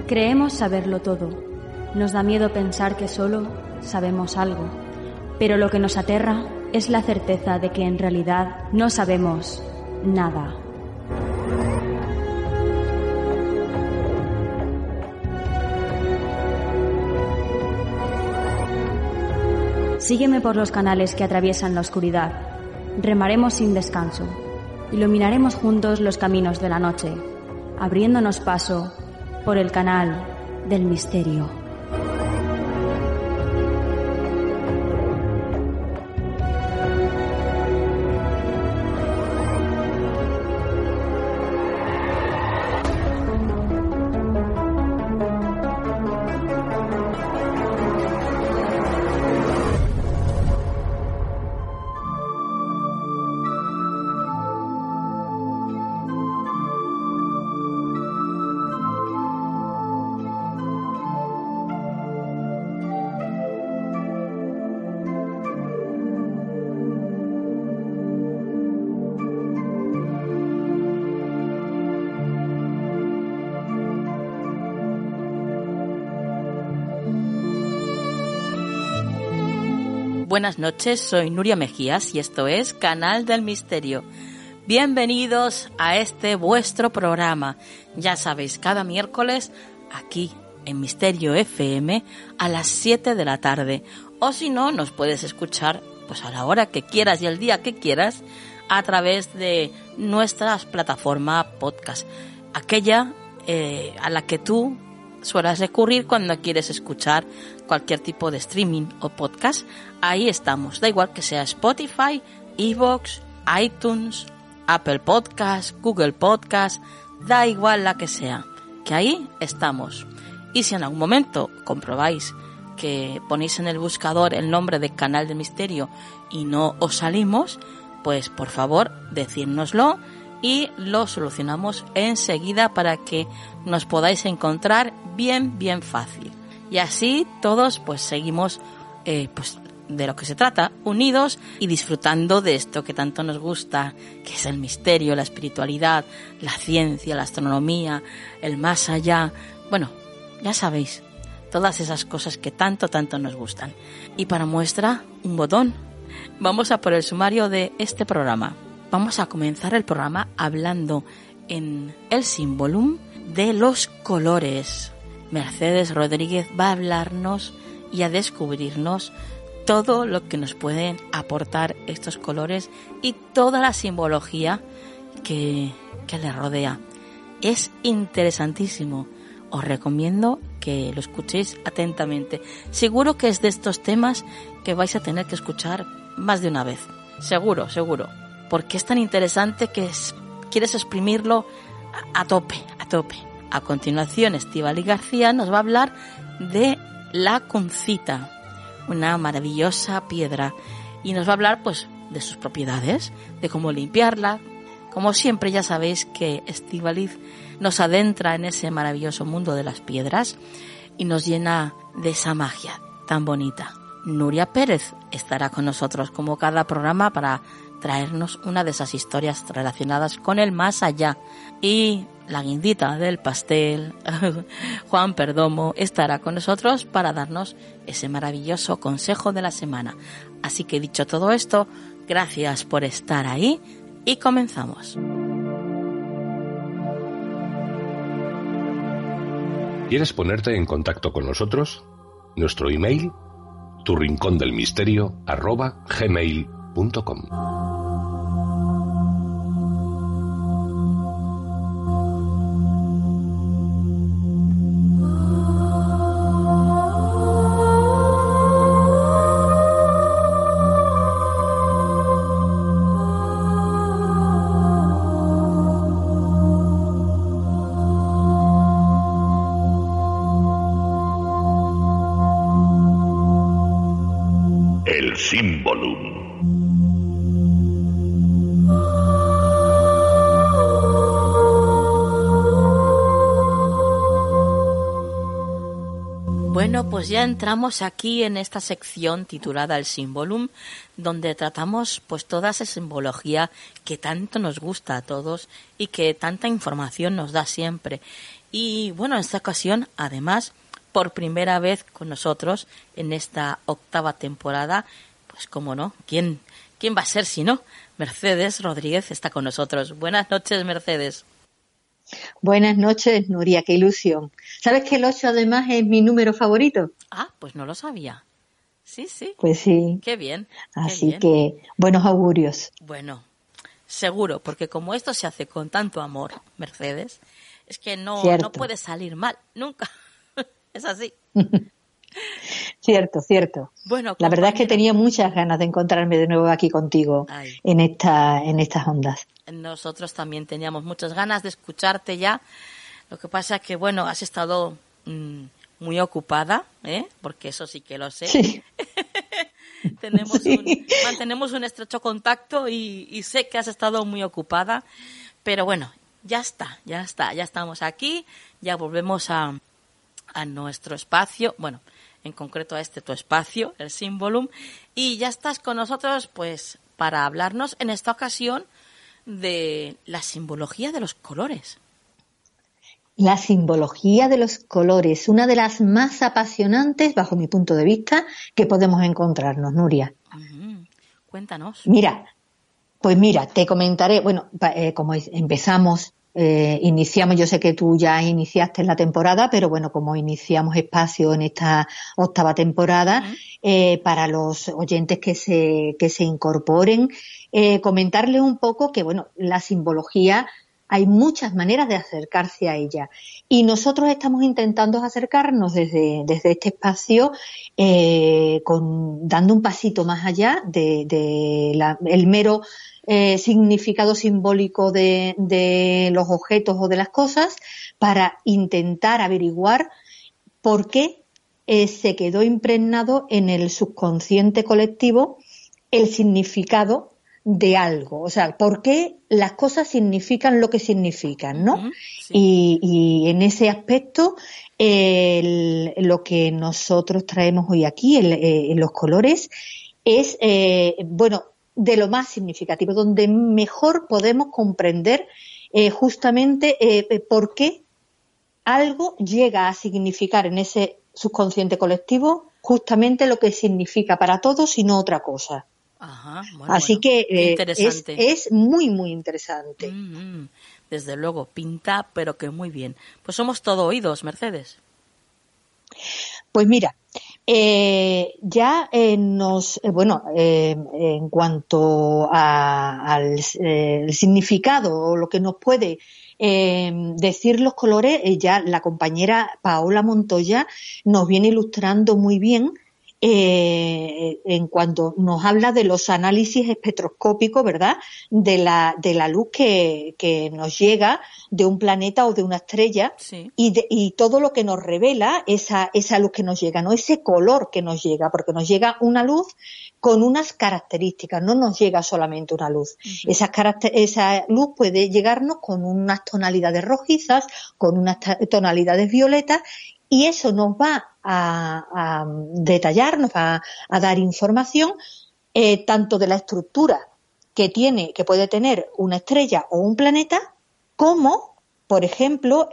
Creemos saberlo todo. Nos da miedo pensar que solo sabemos algo. Pero lo que nos aterra es la certeza de que en realidad no sabemos nada. Sígueme por los canales que atraviesan la oscuridad. Remaremos sin descanso. Iluminaremos juntos los caminos de la noche, abriéndonos paso por el canal del misterio. Buenas noches, soy Nuria Mejías y esto es Canal del Misterio. Bienvenidos a este vuestro programa. Ya sabéis, cada miércoles aquí en Misterio FM a las 7 de la tarde. O si no, nos puedes escuchar pues a la hora que quieras y el día que quieras a través de nuestras plataformas podcast. Aquella a la que tú suelas recurrir cuando quieres escuchar cualquier tipo de streaming o podcast. Ahí estamos, da igual que sea Spotify, iVoox, iTunes, Apple Podcast, Google Podcast, da igual la que sea, que ahí estamos. Y si en algún momento comprobáis que ponéis en el buscador el nombre de Canal de Misterio y no os salimos, pues por favor decírnoslo y lo solucionamos enseguida para que nos podáis encontrar bien fácil. Y así todos pues seguimos pues de lo que se trata, unidos y disfrutando de esto que tanto nos gusta, que es el misterio, la espiritualidad, la ciencia, la astronomía, el más allá. Bueno, ya sabéis, todas esas cosas que tanto nos gustan. Y para muestra, un botón. Vamos a por el sumario de este programa. Vamos a comenzar el programa hablando en el Symbolum de los colores. Mercedes Rodríguez va a hablarnos y a descubrirnos todo lo que nos pueden aportar estos colores y toda la simbología que les rodea. Es interesantísimo. Os recomiendo que lo escuchéis atentamente. Seguro que es de estos temas que vais a tener que escuchar más de una vez. Seguro. Porque es tan interesante que quieres exprimirlo a tope. A continuación, Estíbaliz García nos va a hablar de la cuncita, una maravillosa piedra, y nos va a hablar pues de sus propiedades, de cómo limpiarla. Como siempre, ya sabéis que Estíbaliz nos adentra en ese maravilloso mundo de las piedras y nos llena de esa magia tan bonita. Nuria Pérez estará con nosotros como cada programa para traernos una de esas historias relacionadas con el más allá. Y la guindita del pastel, Juan Perdomo, estará con nosotros para darnos ese maravilloso consejo de la semana. Así que dicho todo esto, gracias por estar ahí y comenzamos. ¿Quieres ponerte en contacto con nosotros? Nuestro email, turincondelmisterio@gmail.com. Symbolum. Bueno, pues ya entramos aquí en esta sección titulada El Symbolum, donde tratamos pues toda esa simbología que tanto nos gusta a todos y que tanta información nos da siempre. Y bueno, en esta ocasión, además, por primera vez con nosotros en esta 8ª temporada, pues cómo no, ¿quién va a ser si no? Mercedes Rodríguez está con nosotros. Buenas noches, Mercedes. Buenas noches, Nuria, qué ilusión. ¿Sabes que el 8 además es mi número favorito? Ah, pues no lo sabía. Sí. Pues sí. Qué bien. Así que, buenos augurios. Bueno, seguro, porque como esto se hace con tanto amor, Mercedes, es que no puede salir mal, nunca. Es así. Cierto. Bueno, la verdad es que tenía muchas ganas de encontrarme de nuevo aquí contigo en estas ondas. Nosotros también teníamos muchas ganas de escucharte ya. Lo que pasa es que, bueno, has estado muy ocupada, porque eso sí que lo sé. Sí. Mantenemos un estrecho contacto y sé que has estado muy ocupada, pero bueno, ya estamos aquí, ya volvemos a nuestro espacio, bueno, en concreto a tu espacio, el Symbolum, y ya estás con nosotros pues para hablarnos en esta ocasión de la simbología de los colores. La simbología de los colores, una de las más apasionantes, bajo mi punto de vista, que podemos encontrarnos, Nuria. Cuéntanos. Mira, te comentaré, como iniciamos, yo sé que tú ya iniciaste la temporada, pero bueno, como iniciamos espacio en esta 8ª temporada, para los oyentes que se incorporen, comentarles un poco que, bueno, la simbología, hay muchas maneras de acercarse a ella y nosotros estamos intentando acercarnos desde este espacio dando un pasito más allá el mero significado simbólico de los objetos o de las cosas, para intentar averiguar por qué se quedó impregnado en el subconsciente colectivo el significado de algo, o sea, por qué las cosas significan lo que significan, ¿no? Sí. Y en ese aspecto, lo que nosotros traemos hoy aquí, en los colores, es, de lo más significativo, donde mejor podemos comprender justamente por qué algo llega a significar en ese subconsciente colectivo justamente lo que significa para todos y no otra cosa. Ajá, Así que interesante. Es muy, muy interesante. Desde luego, pinta, pero que muy bien. Pues somos todo oídos, Mercedes. Pues mira, en cuanto al significado o lo que nos puede decir los colores, ya la compañera Paola Montoya nos viene ilustrando muy bien en cuanto nos habla de los análisis espectroscópicos, ¿verdad? De la luz que nos llega de un planeta o de una estrella, sí. y todo lo que nos revela esa luz que nos llega, ¿no? Ese color que nos llega, porque nos llega una luz con unas características, no nos llega solamente una luz. Uh-huh. Esa luz puede llegarnos con unas tonalidades rojizas, con unas tonalidades violetas, y eso nos va a detallar, nos va a dar información tanto de la estructura que puede tener una estrella o un planeta, como, por ejemplo,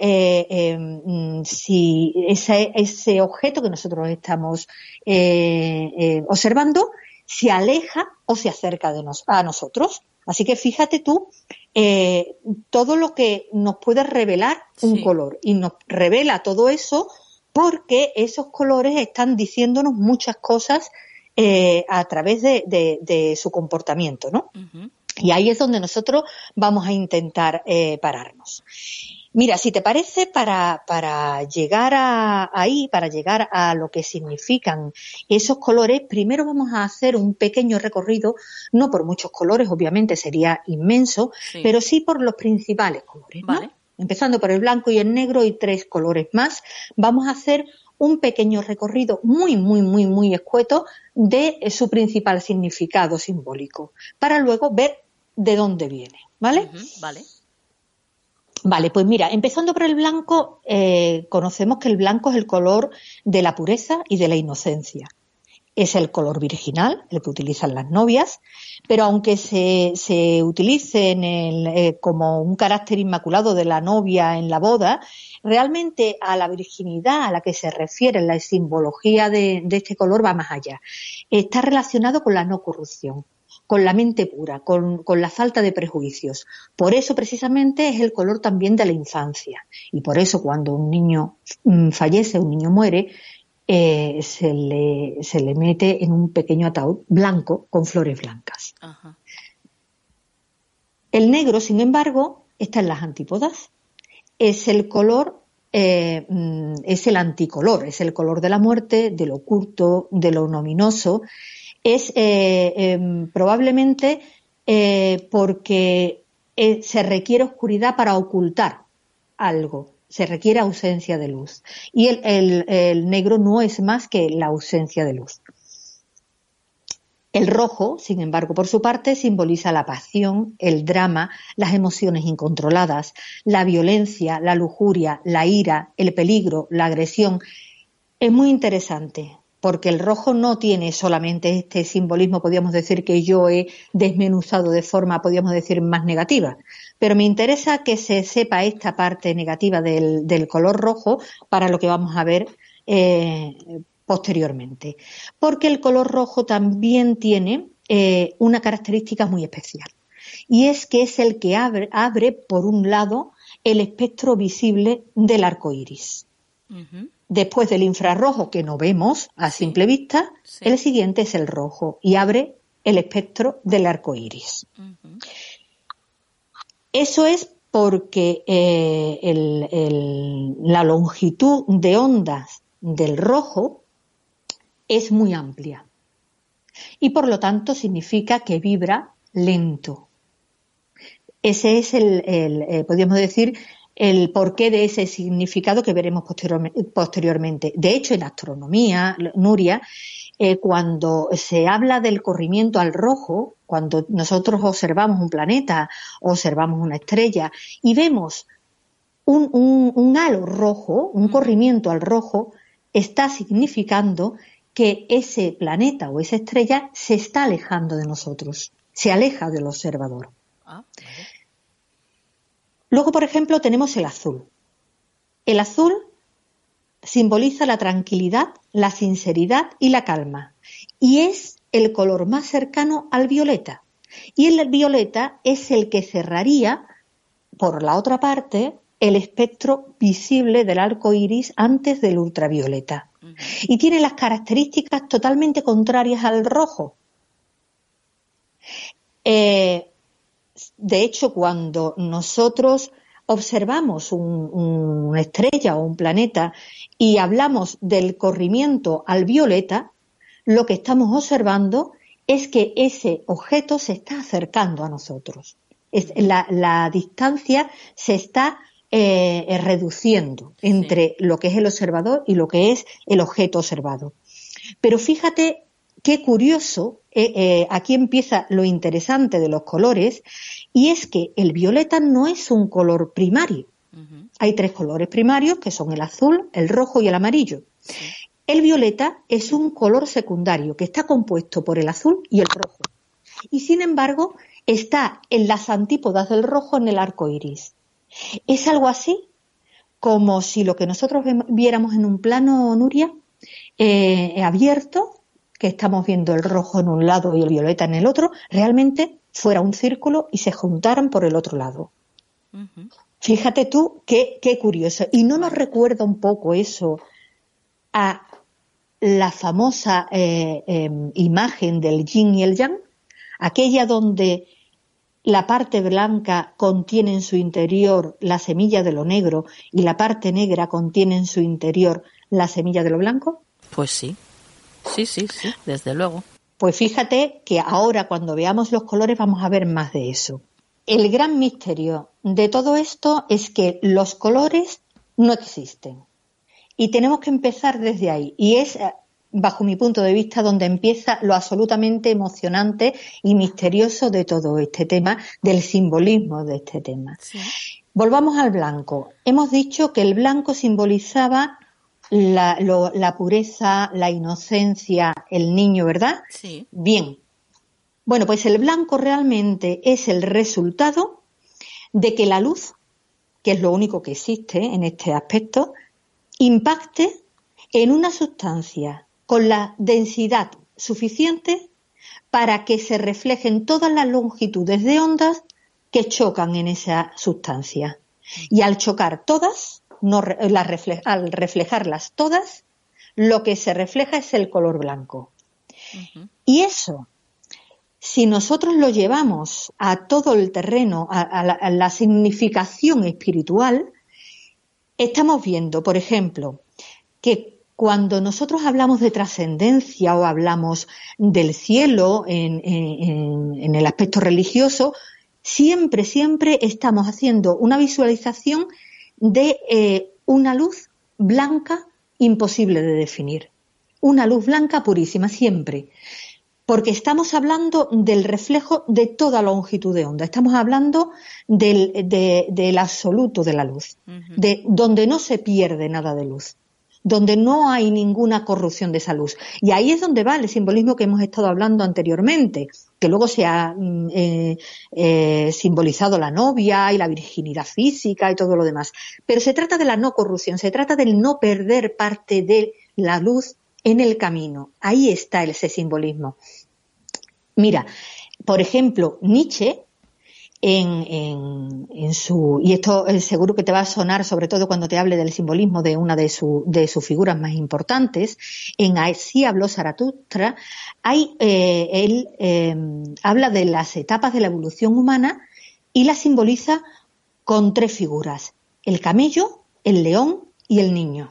si ese objeto que nosotros estamos observando se aleja o se acerca a nosotros. Así que fíjate tú todo lo que nos puede revelar un color, y nos revela todo eso porque esos colores están diciéndonos muchas cosas a través de su comportamiento, ¿no? Uh-huh. Y ahí es donde nosotros vamos a intentar pararnos. Mira, si te parece, para llegar para llegar a lo que significan esos colores, primero vamos a hacer un pequeño recorrido, no por muchos colores, obviamente sería inmenso, pero sí por los principales colores, ¿no? Vale. Empezando por el blanco y el negro y 3 colores más, vamos a hacer un pequeño recorrido muy, muy, muy, muy escueto de su principal significado simbólico, para luego ver de dónde viene, ¿vale? Uh-huh, vale. Vale, pues mira, empezando por el blanco, conocemos que el blanco es el color de la pureza y de la inocencia. es el color virginal, el que utilizan las novias, pero aunque se utilice como un carácter inmaculado de la novia en la boda, realmente a la virginidad a la que se refiere la simbología de este color va más allá. Está relacionado con la no corrupción, con la mente pura, con la falta de prejuicios. Por eso precisamente es el color también de la infancia. Y por eso cuando un niño fallece, un niño muere, se le mete en un pequeño ataúd blanco con flores blancas. Ajá. El negro, sin embargo, está en las antípodas. Es el color, es el anticolor, es el color de la muerte, de lo oculto, de lo ominoso. Es probablemente porque se requiere oscuridad para ocultar algo, se requiere ausencia de luz. Y el negro no es más que la ausencia de luz. El rojo, sin embargo, por su parte, simboliza la pasión, el drama, las emociones incontroladas, la violencia, la lujuria, la ira, el peligro, la agresión. Es muy interesante, porque el rojo no tiene solamente este simbolismo, podríamos decir, que yo he desmenuzado de forma, podríamos decir, más negativa. Pero me interesa que se sepa esta parte negativa del color rojo para lo que vamos a ver posteriormente. Porque el color rojo también tiene una característica muy especial. Y es que es el que abre por un lado, el espectro visible del arco iris. Uh-huh. Después del infrarrojo, que no vemos a simple vista, el siguiente es el rojo y abre el espectro del arco iris. Uh-huh. Eso es porque la longitud de ondas del rojo es muy amplia y por lo tanto significa que vibra lento. Ese es podríamos decir, el porqué de ese significado que veremos posteriormente. De hecho, en astronomía, Nuria, cuando se habla del corrimiento al rojo, cuando nosotros observamos un planeta, observamos una estrella y vemos un halo rojo, un corrimiento al rojo, está significando que ese planeta o esa estrella se está alejando de nosotros, se aleja del observador. Ah, vale. Luego, por ejemplo, tenemos el azul. El azul simboliza la tranquilidad, la sinceridad y la calma. Y es el color más cercano al violeta. Y el violeta es el que cerraría, por la otra parte, el espectro visible del arco iris antes del ultravioleta. Uh-huh. Y tiene las características totalmente contrarias al rojo. De hecho, cuando nosotros observamos una estrella o un planeta y hablamos del corrimiento al violeta, lo que estamos observando es que ese objeto se está acercando a nosotros. La distancia se está reduciendo entre lo que es el observador y lo que es el objeto observado. Pero fíjate qué curioso, aquí empieza lo interesante de los colores, y es que el violeta no es un color primario. Uh-huh. Hay 3 colores primarios, que son el azul, el rojo y el amarillo. Sí. El violeta es un color secundario, que está compuesto por el azul y el rojo. Y sin embargo, está en las antípodas del rojo en el arco iris. Es algo así como si lo que nosotros viéramos en un plano, Nuria, abierto, que estamos viendo el rojo en un lado y el violeta en el otro, realmente fuera un círculo y se juntaran por el otro lado. Uh-huh. Fíjate tú qué curioso. ¿Y no nos recuerda un poco eso a la famosa imagen del yin y el yang? Aquella donde la parte blanca contiene en su interior la semilla de lo negro y la parte negra contiene en su interior la semilla de lo blanco. Pues sí. Sí, desde luego. Pues fíjate que ahora cuando veamos los colores vamos a ver más de eso. El gran misterio de todo esto es que los colores no existen. Y tenemos que empezar desde ahí. Y es, bajo mi punto de vista, donde empieza lo absolutamente emocionante y misterioso de todo este tema, del simbolismo de este tema. Sí. Volvamos al blanco. Hemos dicho que el blanco simbolizaba la pureza, la inocencia, el niño, ¿verdad? Sí. Bien. Bueno, pues el blanco realmente es el resultado de que la luz, que es lo único que existe en este aspecto, impacte en una sustancia con la densidad suficiente para que se reflejen todas las longitudes de ondas que chocan en esa sustancia. Y al chocar todas, al reflejarlas todas, lo que se refleja es el color blanco. Uh-huh. Y eso, si nosotros lo llevamos a todo el terreno, a la significación espiritual, estamos viendo, por ejemplo, que cuando nosotros hablamos de trascendencia o hablamos del cielo en el aspecto religioso, siempre estamos haciendo una visualización de una luz blanca imposible de definir. Una luz blanca purísima, siempre. Porque estamos hablando del reflejo de toda longitud de onda. Estamos hablando del absoluto de la luz, uh-huh. De donde no se pierde nada de luz, donde no hay ninguna corrupción de esa luz. Y ahí es donde va el simbolismo que hemos estado hablando anteriormente, que luego se ha simbolizado la novia y la virginidad física y todo lo demás. Pero se trata de la no corrupción, se trata del no perder parte de la luz en el camino. Ahí está ese simbolismo. Mira, por ejemplo, Nietzsche, en su, y esto seguro que te va a sonar, sobre todo cuando te hable del simbolismo de una de sus figuras más importantes, en Así habló Zaratustra, él habla de las etapas de la evolución humana y la simboliza con 3 figuras: el camello, el león y el niño.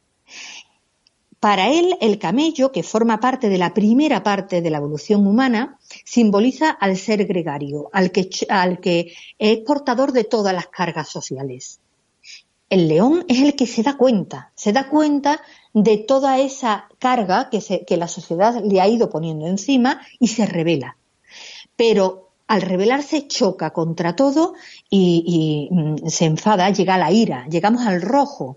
Para él, el camello, que forma parte de la primera parte de la evolución humana, simboliza al ser gregario, al que es portador de todas las cargas sociales. El león es el que se da cuenta de toda esa carga que la sociedad le ha ido poniendo encima y se rebela. Pero al rebelarse choca contra todo y se enfada, llega a la ira, llegamos al rojo.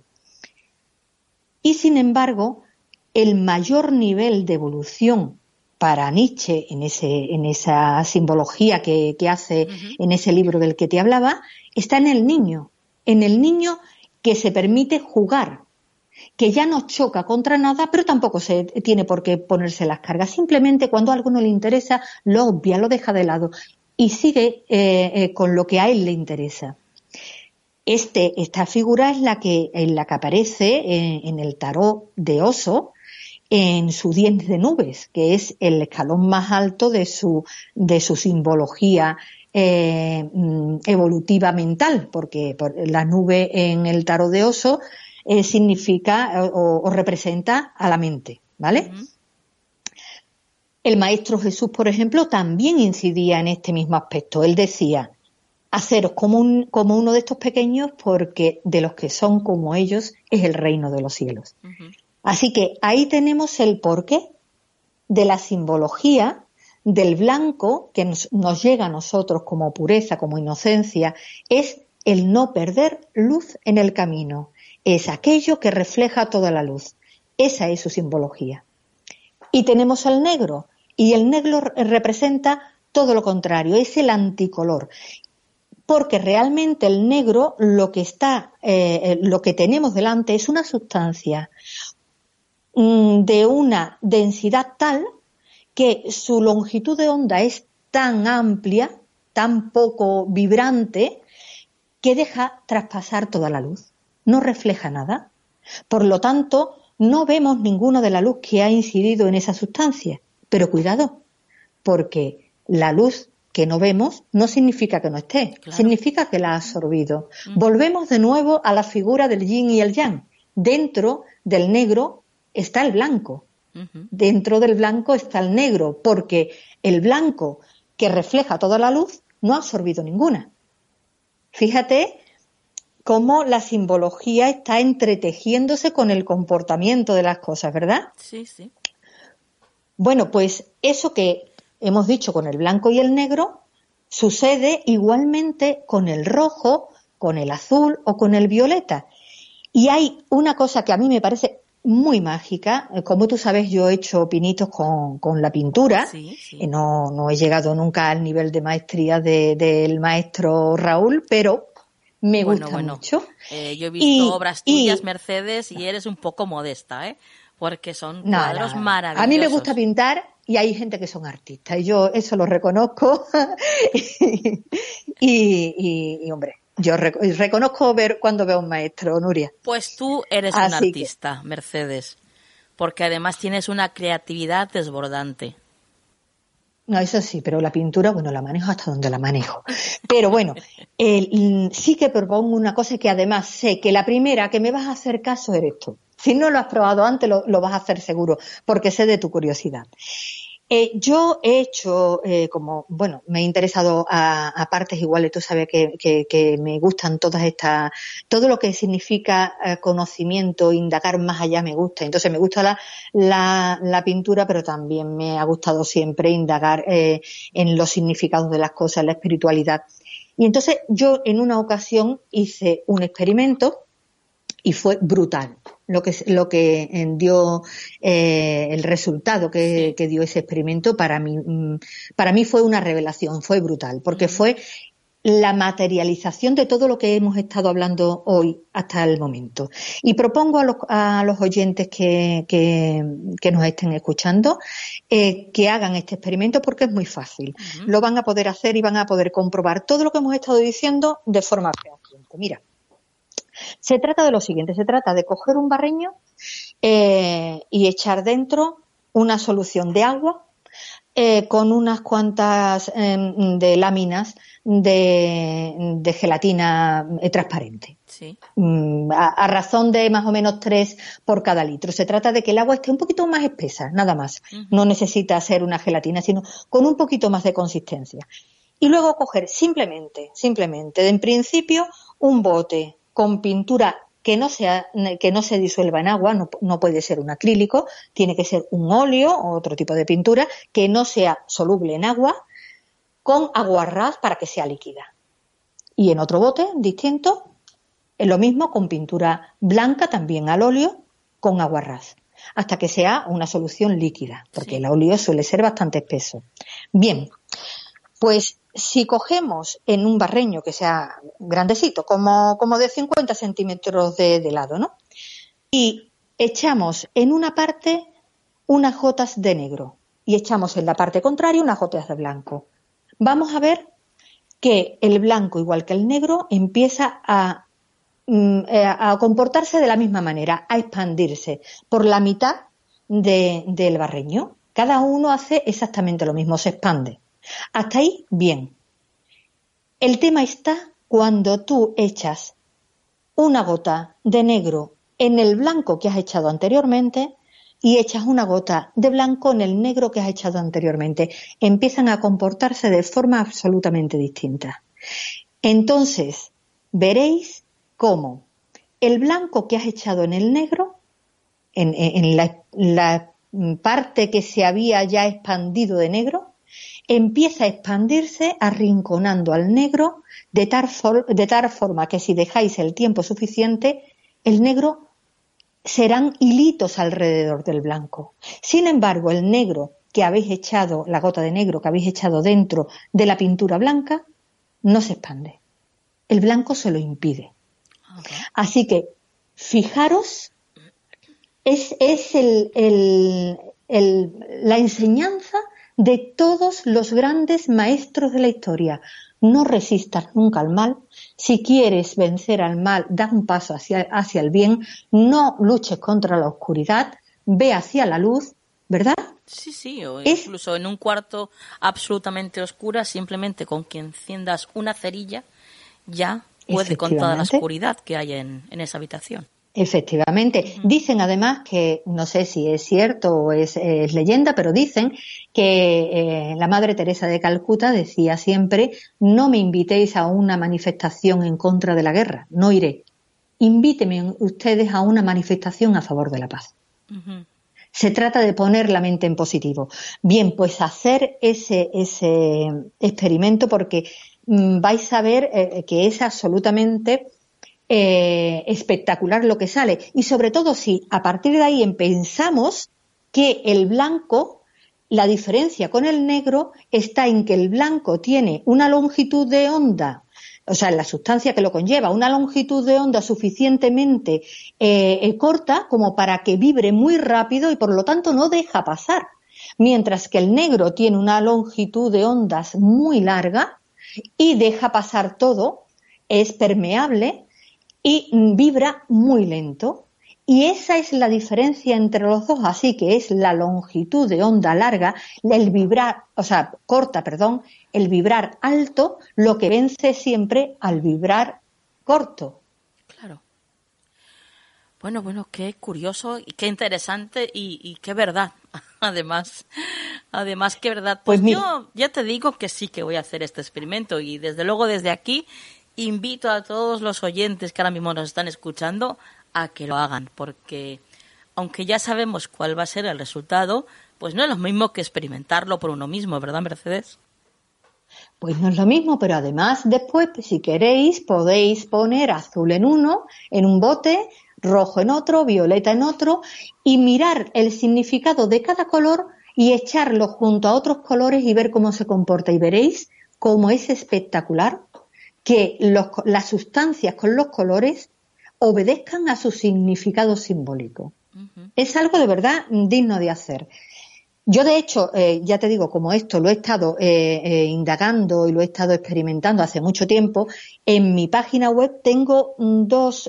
Y sin embargo, el mayor nivel de evolución para Nietzsche en esa simbología que hace uh-huh. en ese libro del que te hablaba, está en el niño que se permite jugar, que ya no choca contra nada, pero tampoco se tiene por qué ponerse las cargas. Simplemente cuando algo no le interesa, lo obvia, lo deja de lado y sigue con lo que a él le interesa. Esta figura es en la que aparece en el tarot de Oso, en su diente de nubes, que es el escalón más alto de su simbología evolutiva mental, porque la nube en el tarot de Oso significa o representa a la mente, ¿vale? Uh-huh. El Maestro Jesús, por ejemplo, también incidía en este mismo aspecto. Él decía: haceros como uno de estos pequeños, porque de los que son como ellos es el reino de los cielos. Uh-huh. Así que ahí tenemos el porqué de la simbología del blanco que nos llega a nosotros como pureza, como inocencia, es el no perder luz en el camino. Es aquello que refleja toda la luz. Esa es su simbología. Y tenemos el negro, y el negro representa todo lo contrario, es el anticolor. Porque realmente el negro, lo que tenemos delante es una sustancia de una densidad tal que su longitud de onda es tan amplia, tan poco vibrante, que deja traspasar toda la luz. No refleja nada. Por lo tanto, no vemos ninguna de la luz que ha incidido en esa sustancia. Pero cuidado, porque la luz que no vemos no significa que no esté, claro. Significa que la ha absorbido. Volvemos de nuevo a la figura del yin y el yang. Dentro del negro está el blanco. Uh-huh. Dentro del blanco está el negro, porque el blanco que refleja toda la luz no ha absorbido ninguna. Fíjate cómo la simbología está entretejiéndose con el comportamiento de las cosas, ¿verdad? Sí, sí. Bueno, pues eso que hemos dicho con el blanco y el negro sucede igualmente con el rojo, con el azul o con el violeta. Y hay una cosa que a mí me parece muy mágica. Como tú sabes, yo he hecho pinitos con la pintura. Sí. No he llegado nunca al nivel de maestría del maestro Raúl, pero me gusta mucho. Yo he visto obras tuyas, Mercedes, y eres un poco modesta, ¿eh? Porque son cuadros maravillosos. A mí me gusta pintar y hay gente que son artistas, y yo eso lo reconozco. y hombre, yo reconozco cuando veo a un maestro, Nuria. Pues tú eres un artista, Mercedes, porque además tienes una creatividad desbordante. No, eso sí, pero la pintura, bueno, la manejo hasta donde la manejo. Pero bueno, sí que propongo una cosa que además sé que la primera que me vas a hacer caso eres tú. Si no lo has probado antes, lo vas a hacer seguro, porque sé de tu curiosidad. Yo he hecho, me he interesado a partes iguales. Tú sabes que me gustan todo lo que significa conocimiento, indagar más allá me gusta. Entonces me gusta la pintura, pero también me ha gustado siempre indagar en los significados de las cosas, la espiritualidad. Y entonces yo en una ocasión hice un experimento y fue brutal lo que dio el resultado que dio ese experimento. Para mí fue una revelación, fue brutal, porque fue la materialización de todo lo que hemos estado hablando hoy hasta el momento. Y propongo a los oyentes que nos estén escuchando que hagan este experimento, porque es muy fácil. Lo van a poder hacer y van a poder comprobar todo lo que hemos estado diciendo de forma fehaciente. Mira, se trata de lo siguiente, se trata de coger un barreño y echar dentro una solución de agua con unas cuantas de láminas de gelatina transparente. Sí. A razón de más o menos 3 por cada litro. Se trata de que el agua esté un poquito más espesa, nada más. No necesita ser una gelatina, sino con un poquito más de consistencia. Y luego coger simplemente, en principio, un bote con pintura que no se disuelva en agua, no puede ser un acrílico, tiene que ser un óleo o otro tipo de pintura que no sea soluble en agua, con aguarrás para que sea líquida. Y en otro bote distinto, lo mismo con pintura blanca también al óleo, con aguarrás, hasta que sea una solución líquida, porque el óleo suele ser bastante espeso. Bien, pues si cogemos en un barreño que sea grandecito, como de 50 centímetros de lado, ¿no? Y echamos en una parte unas gotas de negro y echamos en la parte contraria unas gotas de blanco. Vamos a ver que el blanco, igual que el negro, empieza a comportarse de la misma manera, a expandirse por la mitad del barreño. Cada uno hace exactamente lo mismo, se expande. Hasta ahí, bien. El tema está cuando tú echas una gota de negro en el blanco que has echado anteriormente y echas una gota de blanco en el negro que has echado anteriormente. Empiezan a comportarse de forma absolutamente distinta. Entonces, veréis cómo el blanco que has echado en el negro, en la parte que se había ya expandido de negro, empieza a expandirse arrinconando al negro de tal forma que si dejáis el tiempo suficiente, el negro serán hilitos alrededor del blanco. Sin embargo, el negro que habéis echado, la gota de negro que habéis echado dentro de la pintura blanca, no se expande. El blanco se lo impide. Okay. Así que, fijaros, es la enseñanza de todos los grandes maestros de la historia. No resistas nunca al mal. Si quieres vencer al mal, da un paso hacia el bien. No luches contra la oscuridad. Ve hacia la luz, ¿verdad? Sí, o incluso en un cuarto absolutamente oscuro, simplemente con que enciendas una cerilla, ya puede con toda la oscuridad que hay en esa habitación. Efectivamente. Dicen además que, no sé si es cierto o es leyenda, pero dicen que la Madre Teresa de Calcuta decía siempre: no me invitéis a una manifestación en contra de la guerra, no iré. Invítenme ustedes a una manifestación a favor de la paz. Se trata de poner la mente en positivo. Bien, pues hacer ese experimento, porque vais a ver que es absolutamente espectacular lo que sale. Y sobre todo si a partir de ahí pensamos que el blanco, la diferencia con el negro está en que el blanco tiene una longitud de onda, o sea, la sustancia que lo conlleva, una longitud de onda suficientemente corta como para que vibre muy rápido y por lo tanto no deja pasar. Mientras que el negro tiene una longitud de ondas muy larga y deja pasar todo, es permeable y vibra muy lento. Y esa es la diferencia entre los dos, así que es la longitud de onda larga, el vibrar alto, lo que vence siempre al vibrar corto. Claro. Bueno, qué curioso y qué interesante y qué verdad. Además, qué verdad. Pues yo ya te digo que sí que voy a hacer este experimento y desde luego desde aquí invito a todos los oyentes que ahora mismo nos están escuchando a que lo hagan, porque aunque ya sabemos cuál va a ser el resultado, pues no es lo mismo que experimentarlo por uno mismo, ¿verdad, Mercedes? Pues no es lo mismo, pero además después, si queréis, podéis poner azul en uno, en un bote, rojo en otro, violeta en otro, y mirar el significado de cada color y echarlo junto a otros colores y ver cómo se comporta. Y veréis cómo es espectacular que las sustancias con los colores obedezcan a su significado simbólico. Uh-huh. Es algo de verdad digno de hacer. Yo, de hecho, ya te digo, como esto lo he estado indagando y lo he estado experimentando hace mucho tiempo, en mi página web tengo dos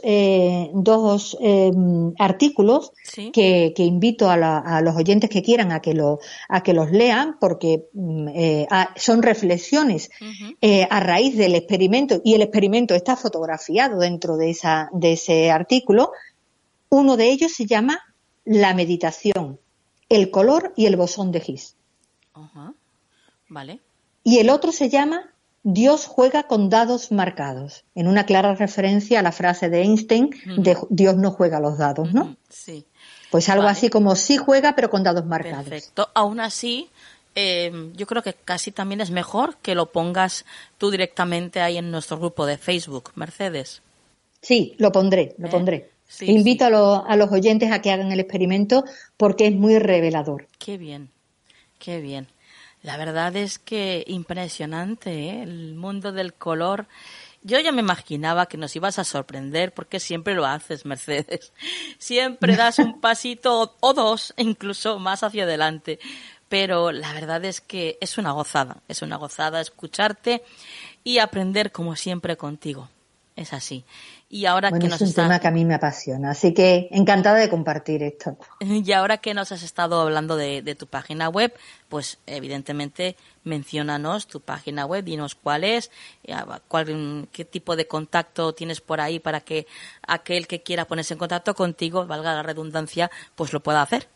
artículos, ¿sí?, que invito a los oyentes que quieran a que los lean, porque son reflexiones uh-huh, a raíz del experimento, y el experimento está fotografiado dentro de ese artículo. Uno de ellos se llama La meditación, el color y el bosón de Higgs. Uh-huh. Vale. Y el otro se llama Dios juega con dados marcados, en una clara referencia a la frase de Einstein uh-huh, de Dios no juega los dados, ¿no? Uh-huh. Sí. Pues algo así como sí juega, pero con dados marcados. Perfecto. Aún así, yo creo que casi también es mejor que lo pongas tú directamente ahí en nuestro grupo de Facebook, Mercedes. Sí, lo pondré. Sí, invito sí a los oyentes a que hagan el experimento porque es muy revelador. Qué bien. La verdad es que impresionante, ¿eh? El mundo del color. Yo ya me imaginaba que nos ibas a sorprender porque siempre lo haces, Mercedes. Siempre das un pasito o dos, incluso más hacia adelante. Pero la verdad es que es una gozada escucharte y aprender como siempre contigo. Es así. Y ahora bueno, es un tema que a mí me apasiona, así que encantada de compartir esto. Y ahora que nos has estado hablando de tu página web, pues evidentemente menciónanos tu página web, dinos cuál es, qué tipo de contacto tienes por ahí para que aquel que quiera ponerse en contacto contigo, valga la redundancia, pues lo pueda hacer.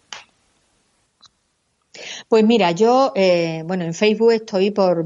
Pues mira, yo, en Facebook estoy por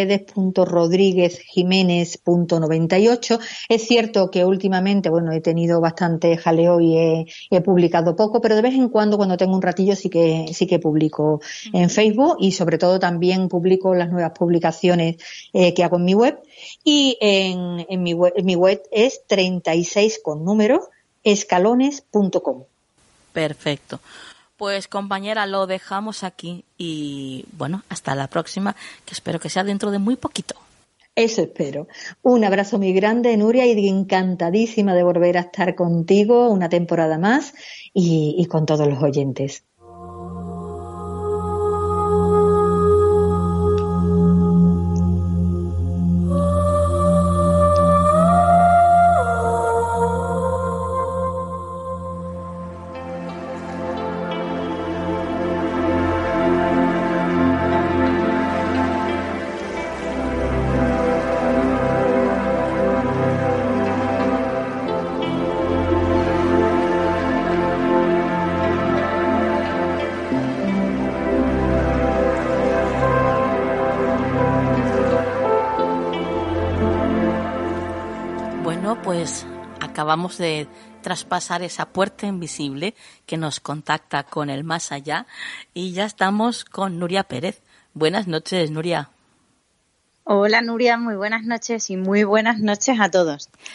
mercedes.rodríguezjiménez.98. Es cierto que últimamente, he tenido bastante jaleo y he publicado poco, pero de vez en cuando tengo un ratillo sí que publico en Facebook y sobre todo también publico las nuevas publicaciones que hago en mi web. Y en mi web es 36 con número, escalones.com. Perfecto. Pues compañera, lo dejamos aquí y hasta la próxima, que espero que sea dentro de muy poquito. Eso espero. Un abrazo muy grande, Nuria, y encantadísima de volver a estar contigo una temporada más y con todos los oyentes. Pues acabamos de traspasar esa puerta invisible que nos contacta con el más allá y ya estamos con Nuria Pérez. Buenas noches, Nuria. Hola, Nuria, muy buenas noches y muy buenas noches a todos.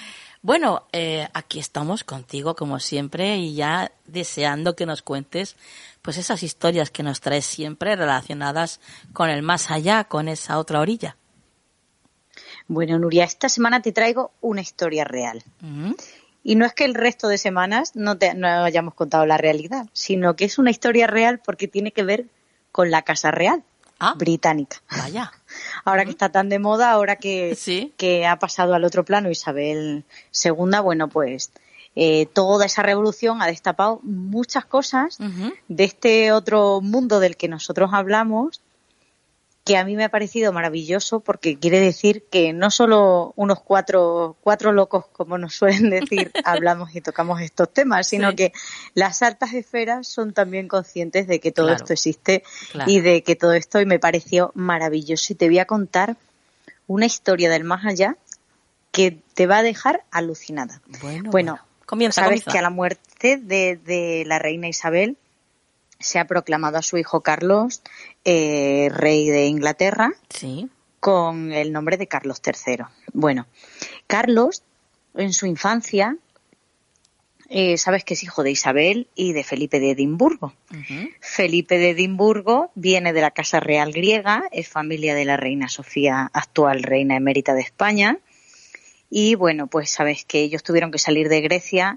Bueno, aquí estamos contigo como siempre y ya deseando que nos cuentes pues esas historias que nos traes siempre relacionadas con el más allá, con esa otra orilla. Bueno, Nuria, esta semana te traigo una historia real. Y no es que el resto de semanas no hayamos contado la realidad, sino que es una historia real porque tiene que ver con la Casa Real británica. Vaya. Ahora que está tan de moda, ahora que, ¿Sí? que ha pasado al otro plano Isabel II, bueno, pues toda esa revolución ha destapado muchas cosas de este otro mundo del que nosotros hablamos, que a mí me ha parecido maravilloso porque quiere decir que no solo unos cuatro locos, como nos suelen decir, hablamos y tocamos estos temas, sino que las altas esferas son también conscientes de que todo esto existe y de que todo esto, y me pareció maravilloso. Y te voy a contar una historia del más allá que te va a dejar alucinada. Bueno, sabes que a la muerte de la reina Isabel se ha proclamado a su hijo Carlos rey de Inglaterra, con el nombre de Carlos III. Bueno, Carlos, en su infancia, sabes que es hijo de Isabel y de Felipe de Edimburgo. Felipe de Edimburgo viene de la Casa Real griega, es familia de la reina Sofía, actual reina emérita de España. Y bueno, pues sabes que ellos tuvieron que salir de Grecia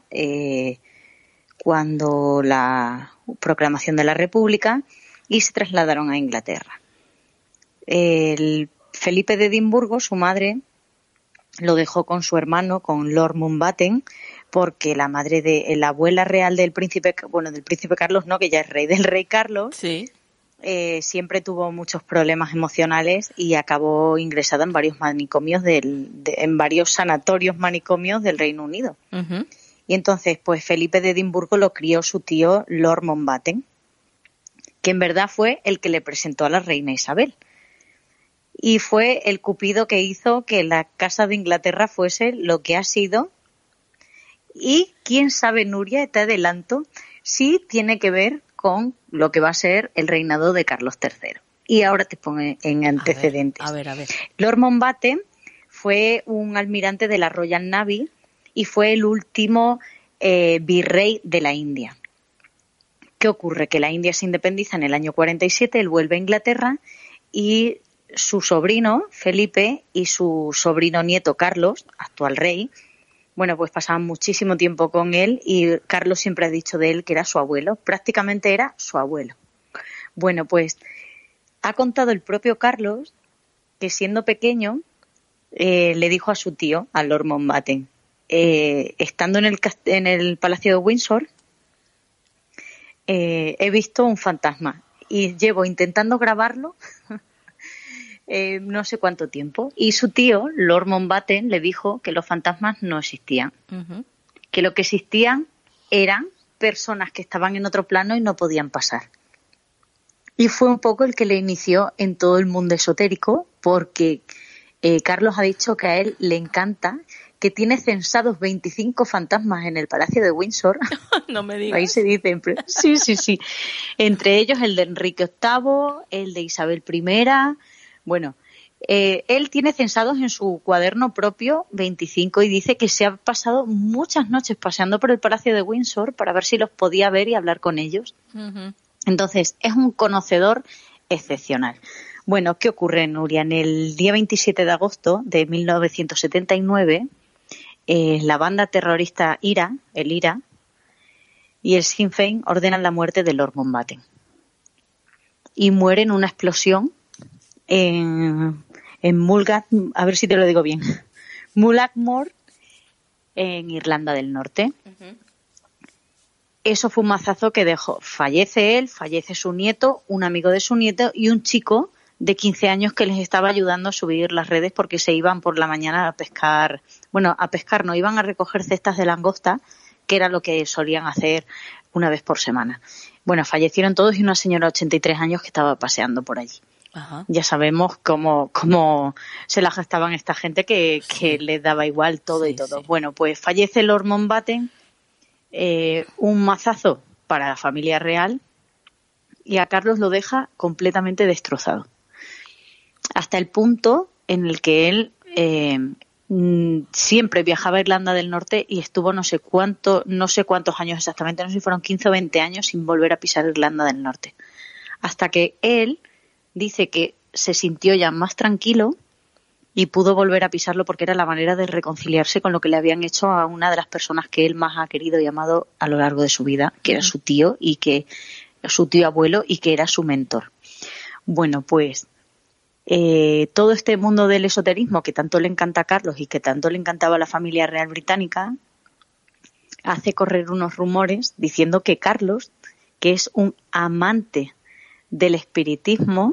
cuando la proclamación de la República y se trasladaron a Inglaterra. El Felipe de Edimburgo, su madre, lo dejó con su hermano, con Lord Mountbatten, porque la madre de la abuela real del príncipe Carlos, no, que ya es rey, del rey Carlos, siempre tuvo muchos problemas emocionales y acabó ingresada en varios manicomios en varios sanatorios manicomios del Reino Unido. Y entonces, pues Felipe de Edimburgo lo crió su tío Lord Mountbatten, que en verdad fue el que le presentó a la reina Isabel. Y fue el cupido que hizo que la Casa de Inglaterra fuese lo que ha sido. Y quién sabe, Nuria, te adelanto, sí tiene que ver con lo que va a ser el reinado de Carlos III. Y ahora te pongo en antecedentes. A ver. Lord Mountbatten fue un almirante de la Royal Navy y fue el último virrey de la India. ¿Qué ocurre? Que la India se independiza en el año 47, él vuelve a Inglaterra y su sobrino Felipe y su sobrino nieto Carlos, actual rey, bueno, pues pasaban muchísimo tiempo con él y Carlos siempre ha dicho de él que era su abuelo, prácticamente era su abuelo. Bueno, pues ha contado el propio Carlos que siendo pequeño le dijo a su tío, a Lord Mountbatten, estando en el Palacio de Windsor, he visto un fantasma y llevo intentando grabarlo no sé cuánto tiempo. Y su tío, Lord Mountbatten, le dijo que los fantasmas no existían, que lo que existían eran personas que estaban en otro plano y no podían pasar. Y fue un poco el que le inició en todo el mundo esotérico, porque Carlos ha dicho que a él le encanta, que tiene censados 25 fantasmas en el Palacio de Windsor. No me digas. Ahí se dice. Sí. Entre ellos el de Enrique VIII, el de Isabel I. Bueno, él tiene censados en su cuaderno propio 25 y dice que se ha pasado muchas noches paseando por el Palacio de Windsor para ver si los podía ver y hablar con ellos. Entonces, es un conocedor excepcional. Bueno, ¿qué ocurre, Nuria? En el día 27 de agosto de 1979, la banda terrorista el IRA, y el Sinn Féin ordenan la muerte de Lord Mountbatten. Y muere en una explosión en Mulgam, a ver si te lo digo bien, Mullaghmore, en Irlanda del Norte. Eso fue un mazazo que dejó. Fallece él, fallece su nieto, un amigo de su nieto y un chico de 15 años que les estaba ayudando a subir las redes porque se iban por la mañana a pescar. Bueno, a pescar no, iban a recoger cestas de langosta, que era lo que solían hacer una vez por semana. Bueno, fallecieron todos y una señora de 83 años que estaba paseando por allí. Ya sabemos cómo se la gastaban esta gente que les daba igual todo y todo. Bueno, pues fallece Lord Mountbatten, un mazazo para la familia real, y a Carlos lo deja completamente destrozado. Hasta el punto en el que él siempre viajaba a Irlanda del Norte y estuvo no sé cuántos años exactamente, no sé si fueron 15 o 20 años sin volver a pisar Irlanda del Norte. Hasta que él dice que se sintió ya más tranquilo y pudo volver a pisarlo porque era la manera de reconciliarse con lo que le habían hecho a una de las personas que él más ha querido y amado a lo largo de su vida, que era su tío y que su tío abuelo y que era su mentor. Bueno, pues todo este mundo del esoterismo que tanto le encanta a Carlos y que tanto le encantaba a la familia real británica hace correr unos rumores diciendo que Carlos, que es un amante del espiritismo,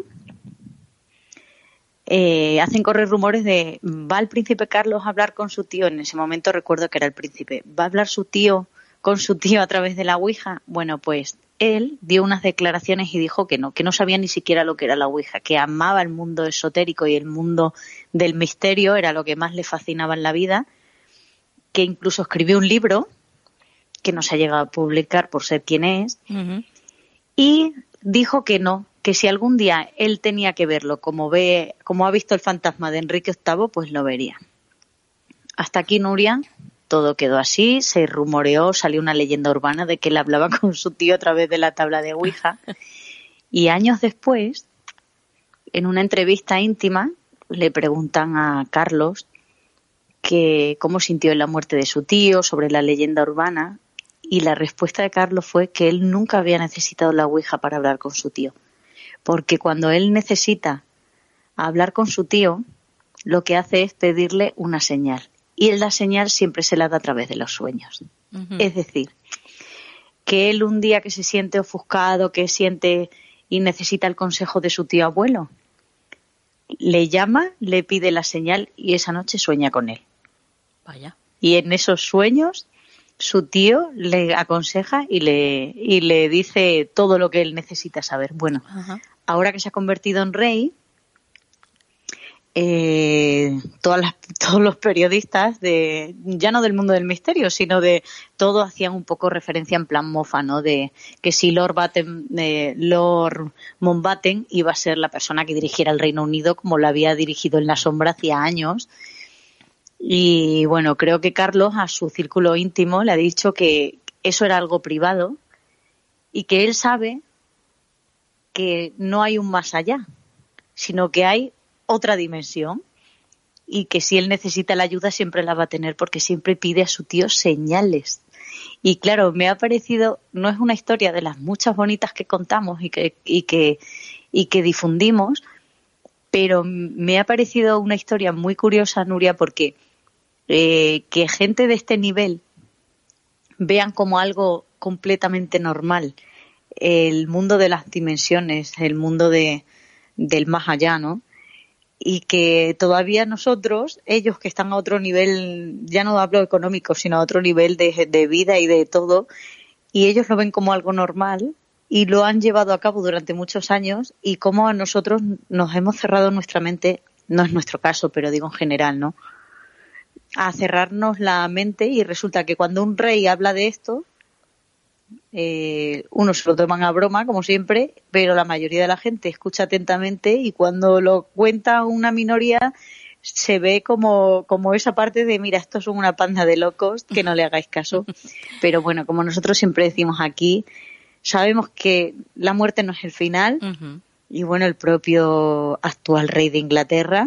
hacen correr rumores de va el príncipe Carlos a hablar con su tío. En ese momento recuerdo que era el príncipe. ¿Va a hablar su tío con su tío a través de la Ouija? Bueno, pues él dio unas declaraciones y dijo que no sabía ni siquiera lo que era la Ouija, que amaba el mundo esotérico y el mundo del misterio, era lo que más le fascinaba en la vida, que incluso escribió un libro que no se ha llegado a publicar por ser quien es, y dijo que no, que si algún día él tenía que verlo como ha visto el fantasma de Enrique VIII, pues lo vería. Hasta aquí, Nuria, todo quedó así, se rumoreó, salió una leyenda urbana de que él hablaba con su tío a través de la tabla de Ouija, y años después, en una entrevista íntima, le preguntan a Carlos que cómo sintió en la muerte de su tío, sobre la leyenda urbana, y la respuesta de Carlos fue que él nunca había necesitado la Ouija para hablar con su tío. Porque cuando él necesita hablar con su tío, lo que hace es pedirle una señal. Y la señal siempre se la da a través de los sueños. Es decir, que él un día que se siente ofuscado, que siente y necesita el consejo de su tío abuelo, le llama, le pide la señal y esa noche sueña con él. Vaya. Y en esos sueños su tío le aconseja y le dice todo lo que él necesita saber. Bueno, ahora que se ha convertido en rey, todos los periodistas ya no del mundo del misterio, sino de todo hacían un poco referencia en plan mofa, ¿no? De que si Lord Mountbatten iba a ser la persona que dirigiera el Reino Unido como lo había dirigido en la sombra hacía años. Y bueno, creo que Carlos a su círculo íntimo le ha dicho que eso era algo privado y que él sabe que no hay un más allá, sino que hay otra dimensión y que si él necesita la ayuda siempre la va a tener porque siempre pide a su tío señales. Y claro, me ha parecido, no es una historia de las muchas bonitas que contamos y que difundimos, pero me ha parecido una historia muy curiosa, Nuria, porque que gente de este nivel vean como algo completamente normal el mundo de las dimensiones, el mundo del más allá, ¿no? Y que todavía nosotros, ellos que están a otro nivel, ya no hablo económico, sino a otro nivel de vida y de todo, y ellos lo ven como algo normal y lo han llevado a cabo durante muchos años, y como a nosotros nos hemos cerrado nuestra mente, no es nuestro caso, pero digo en general, ¿no? A cerrarnos la mente, y resulta que cuando un rey habla de esto, unos se lo toman a broma, como siempre, pero la mayoría de la gente escucha atentamente, y cuando lo cuenta una minoría se ve como esa parte de mira, estos son una panda de locos, que no le hagáis caso. Pero bueno, como nosotros siempre decimos aquí, sabemos que la muerte no es el final, y bueno, el propio actual rey de Inglaterra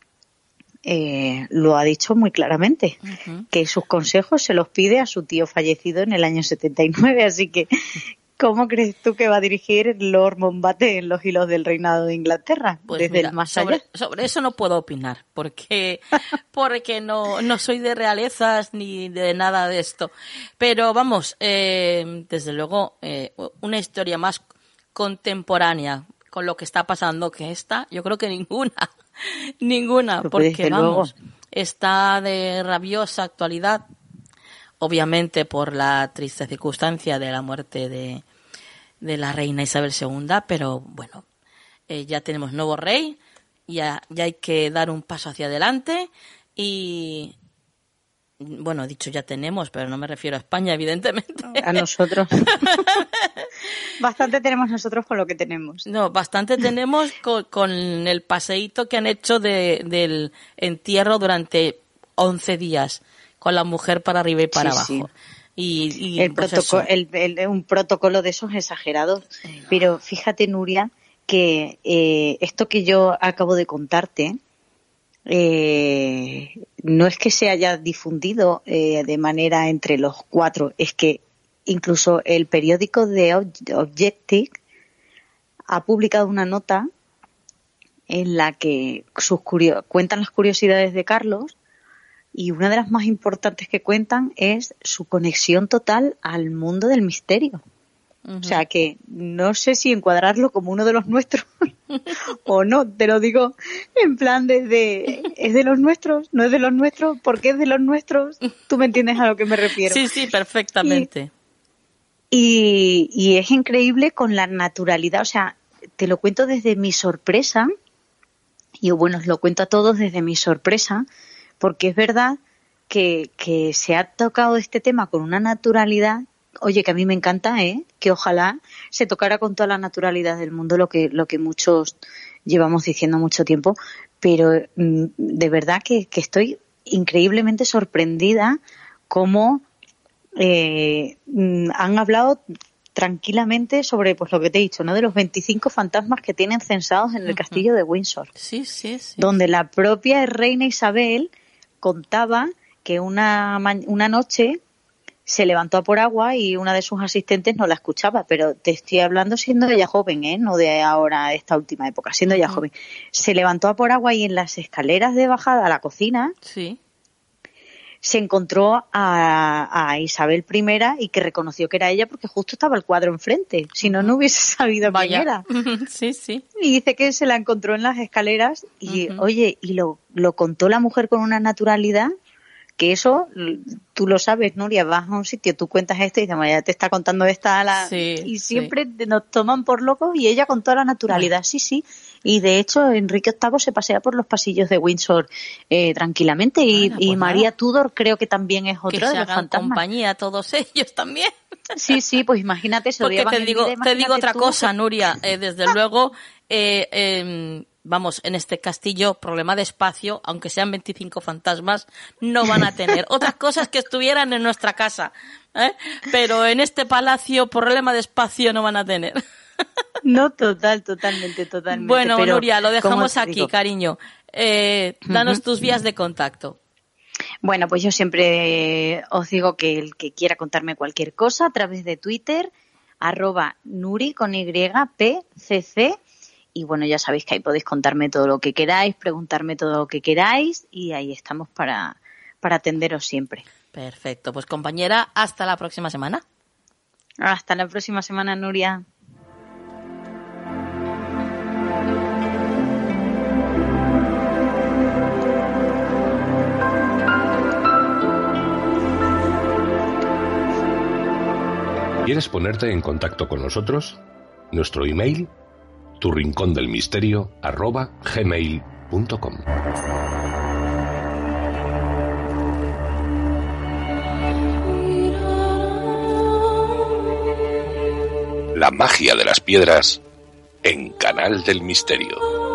lo ha dicho muy claramente, que sus consejos se los pide a su tío fallecido en el año 79, así que ¿cómo crees tú que va a dirigir Lord Mountbatten en los hilos del reinado de Inglaterra? Pues desde el más allá. Sobre eso no puedo opinar, porque no soy de realezas ni de nada de esto. Pero vamos, desde luego, una historia más contemporánea con lo que está pasando que esta, yo creo que ninguna, porque vamos, está de rabiosa actualidad, obviamente por la triste circunstancia de la muerte de la reina Isabel II, pero bueno, ya tenemos nuevo rey, ya hay que dar un paso hacia adelante y, bueno, dicho ya tenemos, pero no me refiero a España, evidentemente. A nosotros. Bastante tenemos nosotros con lo que tenemos. No, bastante tenemos con el paseíto que han hecho del entierro durante 11 días con la mujer para arriba y para abajo. Sí. Y el pues protocolo, eso. un protocolo de esos exagerados. Pero fíjate, Nuria, que esto que yo acabo de contarte no es que se haya difundido de manera entre los 4, es que incluso el periódico de Objective ha publicado una nota en la que cuentan las curiosidades de Carlos, y una de las más importantes que cuentan es su conexión total al mundo del misterio. Uh-huh. O sea que no sé si encuadrarlo como uno de los nuestros o no, te lo digo en plan ¿es de los nuestros? ¿No es de los nuestros? ¿Por qué es de los nuestros? ¿Tú me entiendes a lo que me refiero? Sí, perfectamente. Y es increíble con la naturalidad, o sea, te lo cuento desde mi sorpresa, y bueno, os lo cuento a todos desde mi sorpresa, porque es verdad que se ha tocado este tema con una naturalidad, oye, que a mí me encanta, que ojalá se tocara con toda la naturalidad del mundo lo que muchos llevamos diciendo mucho tiempo, pero de verdad que estoy increíblemente sorprendida cómo han hablado tranquilamente sobre pues lo que te he dicho, ¿no? De los 25 fantasmas que tienen censados en el castillo de Windsor. Sí. Donde la propia reina Isabel contaba que una noche se levantó a por agua y una de sus asistentes no la escuchaba, pero te estoy hablando siendo ella joven, no de ahora, esta última época, siendo ella joven. Se levantó a por agua y en las escaleras de bajada a la cocina se encontró a Isabel I, y que reconoció que era ella porque justo estaba el cuadro enfrente, si no hubiese sabido quién era. Sí. Y dice que se la encontró en las escaleras y, oye, y lo contó la mujer con una naturalidad que eso, tú lo sabes, Nuria, vas a un sitio, tú cuentas esto y dices, ya te está contando esta y siempre nos toman por locos, y ella con toda la naturalidad, sí. Y de hecho, Enrique VIII se pasea por los pasillos de Windsor tranquilamente, y María Tudor creo que también es otra de los fantasmas. Compañía a todos ellos también. Sí, pues imagínate, se porque te digo otra cosa, Nuria, desde luego, vamos, en este castillo, problema de espacio, aunque sean 25 fantasmas, no van a tener. Otras cosas que estuvieran en nuestra casa, pero en este palacio, problema de espacio no van a tener. No, totalmente. Bueno, pero, Nuria, lo dejamos aquí, cariño. Danos tus vías de contacto. Bueno, pues yo siempre os digo que el que quiera contarme cualquier cosa a través de Twitter, @Nuri con YPCC, y bueno, ya sabéis que ahí podéis contarme todo lo que queráis, preguntarme todo lo que queráis, y ahí estamos para atenderos siempre. Perfecto, pues compañera, hasta la próxima semana. Hasta la próxima semana, Nuria. ¿Quieres ponerte en contacto con nosotros? Nuestro email, turincondelmisterio@gmail.com. La magia de las piedras en Canal del Misterio.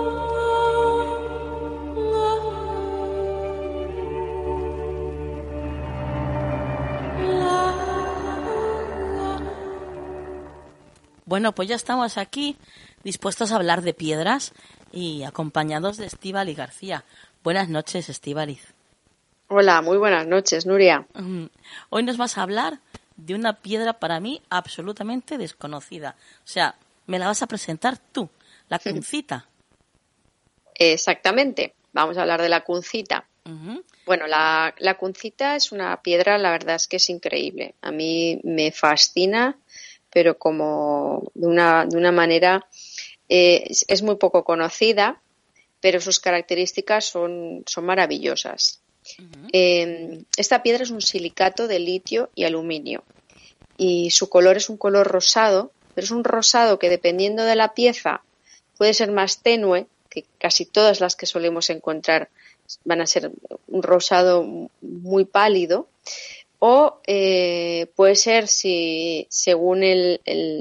Bueno, pues ya estamos aquí dispuestos a hablar de piedras y acompañados de Estíbaliz García. Buenas noches, Estíbaliz. Hola, muy buenas noches, Nuria. Hoy nos vas a hablar de una piedra para mí absolutamente desconocida. O sea, me la vas a presentar tú, la cuncita. Exactamente, vamos a hablar de la cuncita. Bueno, la cuncita es una piedra, la verdad es que es increíble. A mí me fascina, pero como de una manera, es muy poco conocida, pero sus características son maravillosas. Esta piedra es un silicato de litio y aluminio, y su color es un color rosado, pero es un rosado que, dependiendo de la pieza, puede ser más tenue, que casi todas las que solemos encontrar van a ser un rosado muy pálido, o puede ser, según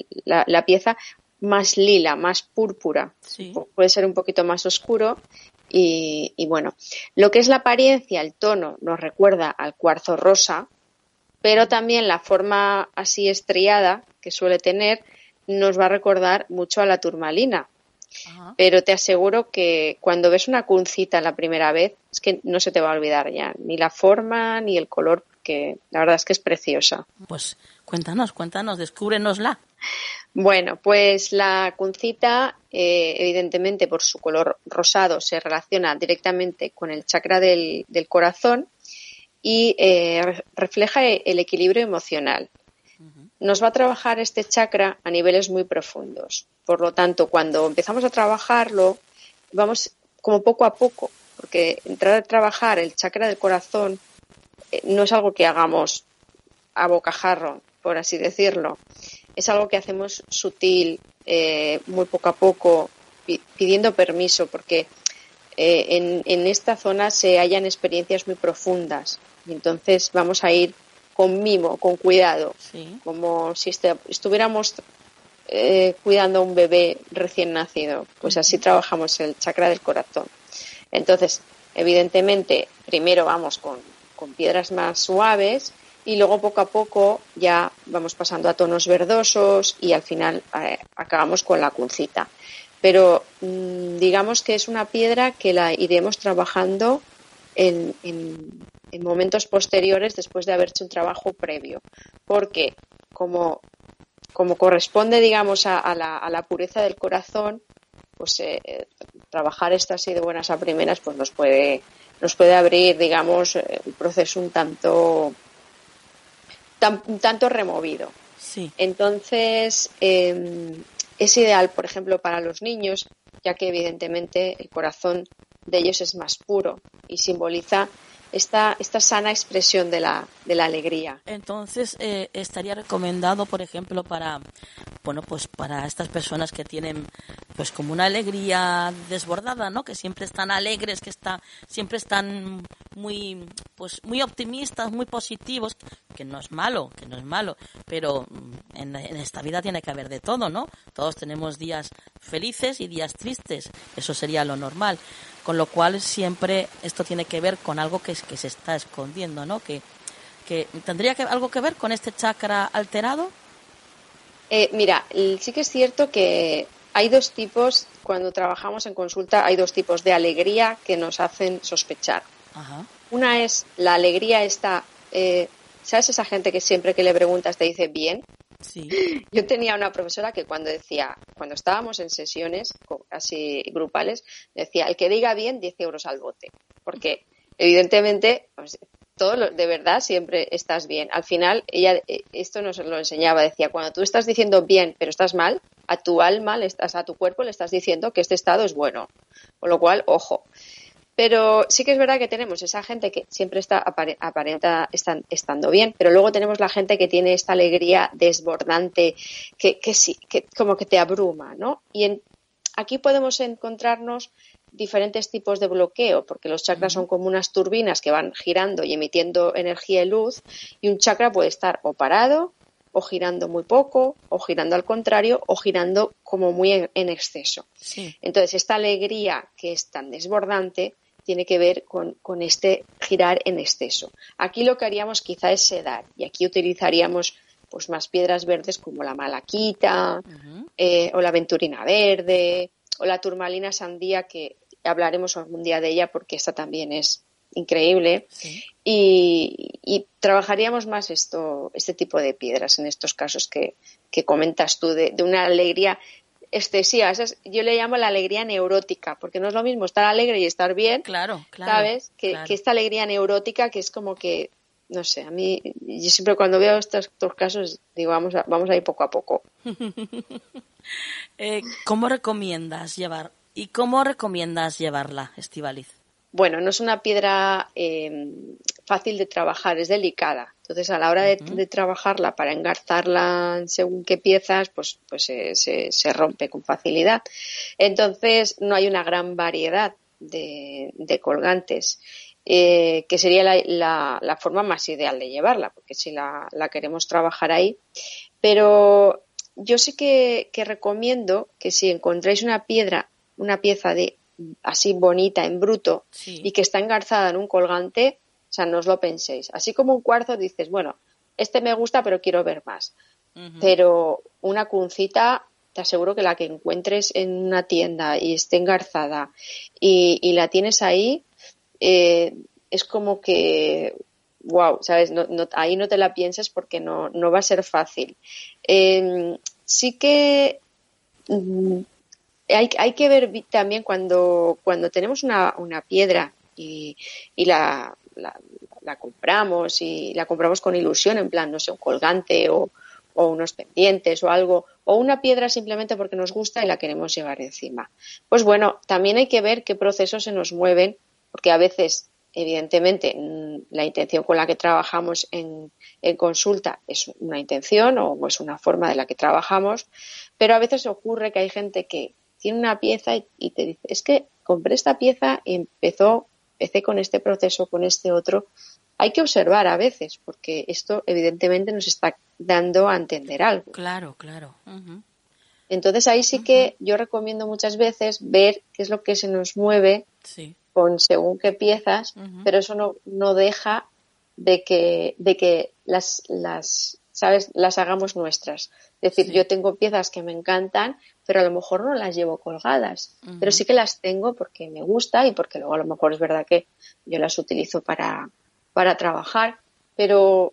la pieza, más lila, más púrpura. Sí. Puede ser un poquito más oscuro Y bueno, lo que es la apariencia, el tono, nos recuerda al cuarzo rosa, pero también la forma así estriada que suele tener nos va a recordar mucho a la turmalina. Ajá. Pero te aseguro que cuando ves una cuncita la primera vez, es que no se te va a olvidar ya, ni la forma ni el color, porque la verdad es que es preciosa. Pues cuéntanos, descúbrenosla. Bueno, pues la cuncita, evidentemente por su color rosado, se relaciona directamente con el chakra del corazón y refleja el equilibrio emocional. Nos va a trabajar este chakra a niveles muy profundos. Por lo tanto, cuando empezamos a trabajarlo, vamos como poco a poco, porque entrar a trabajar el chakra del corazón no es algo que hagamos a bocajarro, por así decirlo. Es algo que hacemos sutil, muy poco a poco, pidiendo permiso, porque en esta zona se hallan experiencias muy profundas. Y entonces vamos a ir con mimo, con cuidado, sí. Como si estuviéramos cuidando a un bebé recién nacido. Pues así trabajamos el chakra del corazón. Entonces, evidentemente, primero vamos con piedras más suaves y luego poco a poco ya vamos pasando a tonos verdosos y al final acabamos con la cuncita. Pero digamos que es una piedra que la iremos trabajando en momentos posteriores después de haber hecho un trabajo previo, porque como corresponde, digamos, a la pureza del corazón, pues trabajar esto así de buenas a primeras pues nos puede abrir, digamos, el proceso un tanto removido. Sí. Entonces es ideal, por ejemplo, para los niños, ya que evidentemente el corazón de ellos es más puro y simboliza esta sana expresión de la alegría. Entonces, estaría recomendado, por ejemplo, para estas personas que tienen pues como una alegría desbordada, ¿no? Que siempre están alegres, siempre están muy optimistas, muy positivos, que no es malo, pero en esta vida tiene que haber de todo, ¿no? Todos tenemos días felices y días tristes, eso sería lo normal. Con lo cual siempre esto tiene que ver con algo que se está escondiendo, ¿no? Que tendría algo que ver con este chakra alterado. Mira, sí que es cierto que hay dos tipos, cuando trabajamos en consulta, hay dos tipos de alegría que nos hacen sospechar. Ajá. Una es la alegría esta, ¿sabes esa gente que siempre que le preguntas te dice bien? Sí. Yo tenía una profesora que cuando estábamos en sesiones así grupales, decía, el que diga bien, 10 euros al bote. Porque evidentemente, pues, de verdad siempre estás bien. Al final, ella esto nos lo enseñaba, decía, cuando tú estás diciendo bien, pero estás mal, a tu alma, a tu cuerpo le estás diciendo que este estado es bueno. Con lo cual, ojo. Pero sí que es verdad que tenemos esa gente que siempre aparenta estando bien, pero luego tenemos la gente que tiene esta alegría desbordante, que como que te abruma, ¿no? Y aquí podemos encontrarnos diferentes tipos de bloqueo, porque los chakras son como unas turbinas que van girando y emitiendo energía y luz, y un chakra puede estar o parado, o girando muy poco, o girando al contrario, o girando como muy en exceso. Sí. Entonces, esta alegría que es tan desbordante tiene que ver con este girar en exceso. Aquí lo que haríamos quizá es sedar, y aquí utilizaríamos pues más piedras verdes como la malaquita, o la aventurina verde, o la turmalina sandía, que hablaremos algún día de ella porque esta también es increíble. Sí. Y trabajaríamos más este tipo de piedras en estos casos que comentas tú, de una alegría excesiva. Yo le llamo la alegría neurótica, porque no es lo mismo estar alegre y estar bien, claro, ¿sabes? Que esta alegría neurótica, que es como que, no sé, a mí, yo siempre cuando veo estos casos digo, vamos a ir poco a poco. ¿Cómo recomiendas llevarla, Estíbaliz? Bueno, no es una piedra fácil de trabajar, es delicada. Entonces, a la hora de trabajarla para engarzarla según qué piezas, pues se rompe con facilidad. Entonces, no hay una gran variedad de colgantes, que sería la forma más ideal de llevarla, porque si la queremos trabajar ahí. Pero yo sí que recomiendo que si encontráis una pieza de así bonita, en bruto, Sí. y que está engarzada en un colgante, o sea, no os lo penséis. Así como un cuarzo dices, bueno, este me gusta, pero quiero ver más. Ujú. Pero una cuncita, te aseguro que la que encuentres en una tienda y esté engarzada y la tienes ahí, es como que, wow, ¿sabes? Ahí no te la pienses porque no va a ser fácil. Sí que hay que ver también cuando tenemos una piedra y la compramos y la compramos con ilusión, en plan, no sé, un colgante o unos pendientes o algo, o una piedra simplemente porque nos gusta y la queremos llevar encima. Pues bueno, también hay que ver qué procesos se nos mueven, porque a veces, evidentemente, la intención con la que trabajamos en consulta es una intención o es una forma de la que trabajamos, pero a veces ocurre que hay gente que tiene una pieza y te dice, es que compré esta pieza y empecé con este proceso, con este otro. Hay que observar a veces, porque esto evidentemente nos está dando a entender algo. Claro, claro. Uh-huh. Entonces ahí sí que yo recomiendo muchas veces ver qué es lo que se nos mueve Sí. con según qué piezas, pero eso no deja de que las ¿sabes? Las hagamos nuestras. Es decir, yo tengo piezas que me encantan, pero a lo mejor no las llevo colgadas, pero sí que las tengo porque me gusta y porque luego a lo mejor es verdad que yo las utilizo para trabajar, pero